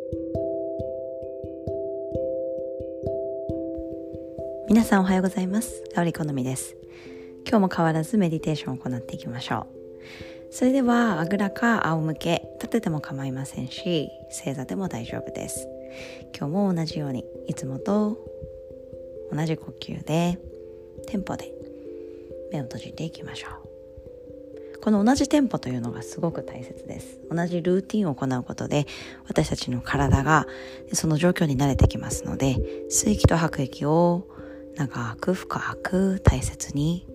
皆さんおはようございます。香り好みです。今日も変わらずメディテーションを行っていきましょう。それではあぐらか仰向け、立てても構いませんし、正座でも大丈夫です。今日も同じようにいつもと同じ呼吸でテンポで目を閉じていきましょう。この同じテンポというのがすごく大切です。同じルーティンを行うことで私たちの体がその状況に慣れてきますので、吸う息と吐く息を長く深く大切に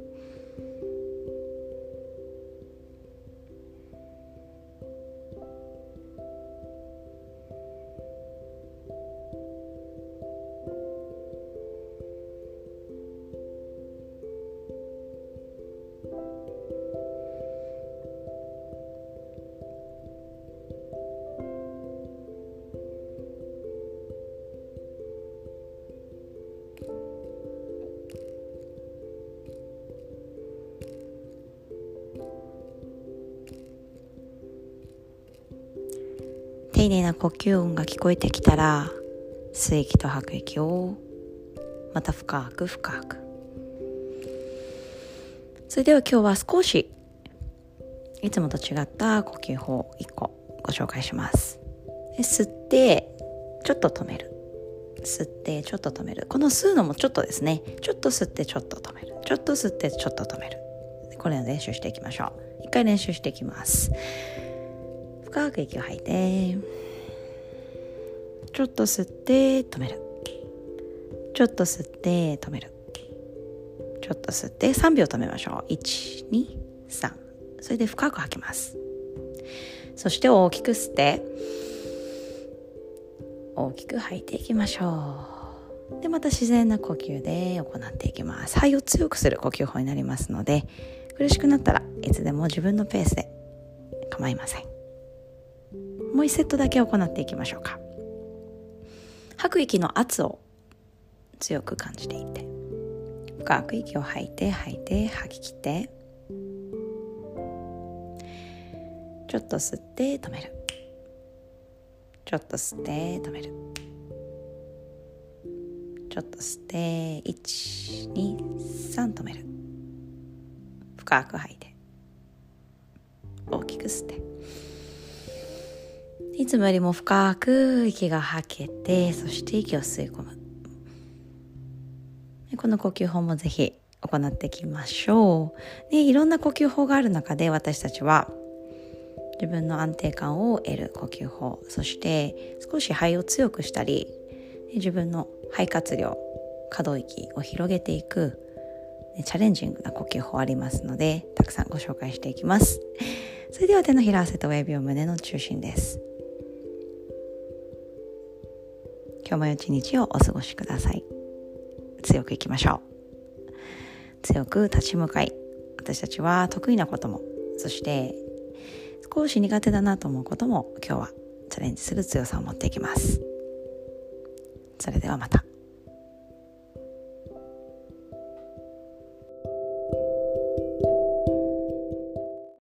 丁寧な呼吸音が聞こえてきたら、吸う息と吐く息をまた深く深く。それでは今日は少しいつもと違った呼吸法を1個ご紹介します。吸ってちょっと止める、吸ってちょっと止める。この吸うのもちょっとですね。ちょっと吸ってちょっと止める、ちょっと吸ってちょっと止める。これを練習していきましょう。一回練習していきます。深く息を吐いて、ちょっと吸って止める、ちょっと吸って止める、ちょっと吸って3秒止めましょう。1、2、3。それで深く吐きます。そして大きく吸って大きく吐いていきましょう。でまた自然な呼吸で行っていきます。肺を強くする呼吸法になりますので、苦しくなったらいつでも自分のペースで構いません。もう1セットだけ行っていきましょうか。吐く息の圧を強く感じていて、深く息を吐いて吐き切って、ちょっと吸って止める、ちょっと吸って止める、ちょっと吸って1、2、3止める。深く吐いて大きく吸って、いつもよりも深く息が吐けて、そして息を吸い込む。この呼吸法もぜひ行っていきましょう。でいろんな呼吸法がある中で、私たちは自分の安定感を得る呼吸法、そして少し肺を強くしたり、自分の肺活量、可動域を広げていくチャレンジングな呼吸法ありますので、たくさんご紹介していきます。それでは手のひら合わせて親指を胸の中心です。今日も良い一日をお過ごしください。強くいきましょう。強く立ち向かい、私たちは得意なことも、そして少し苦手だなと思うことも今日はチャレンジする強さを持っていきます。それではまた。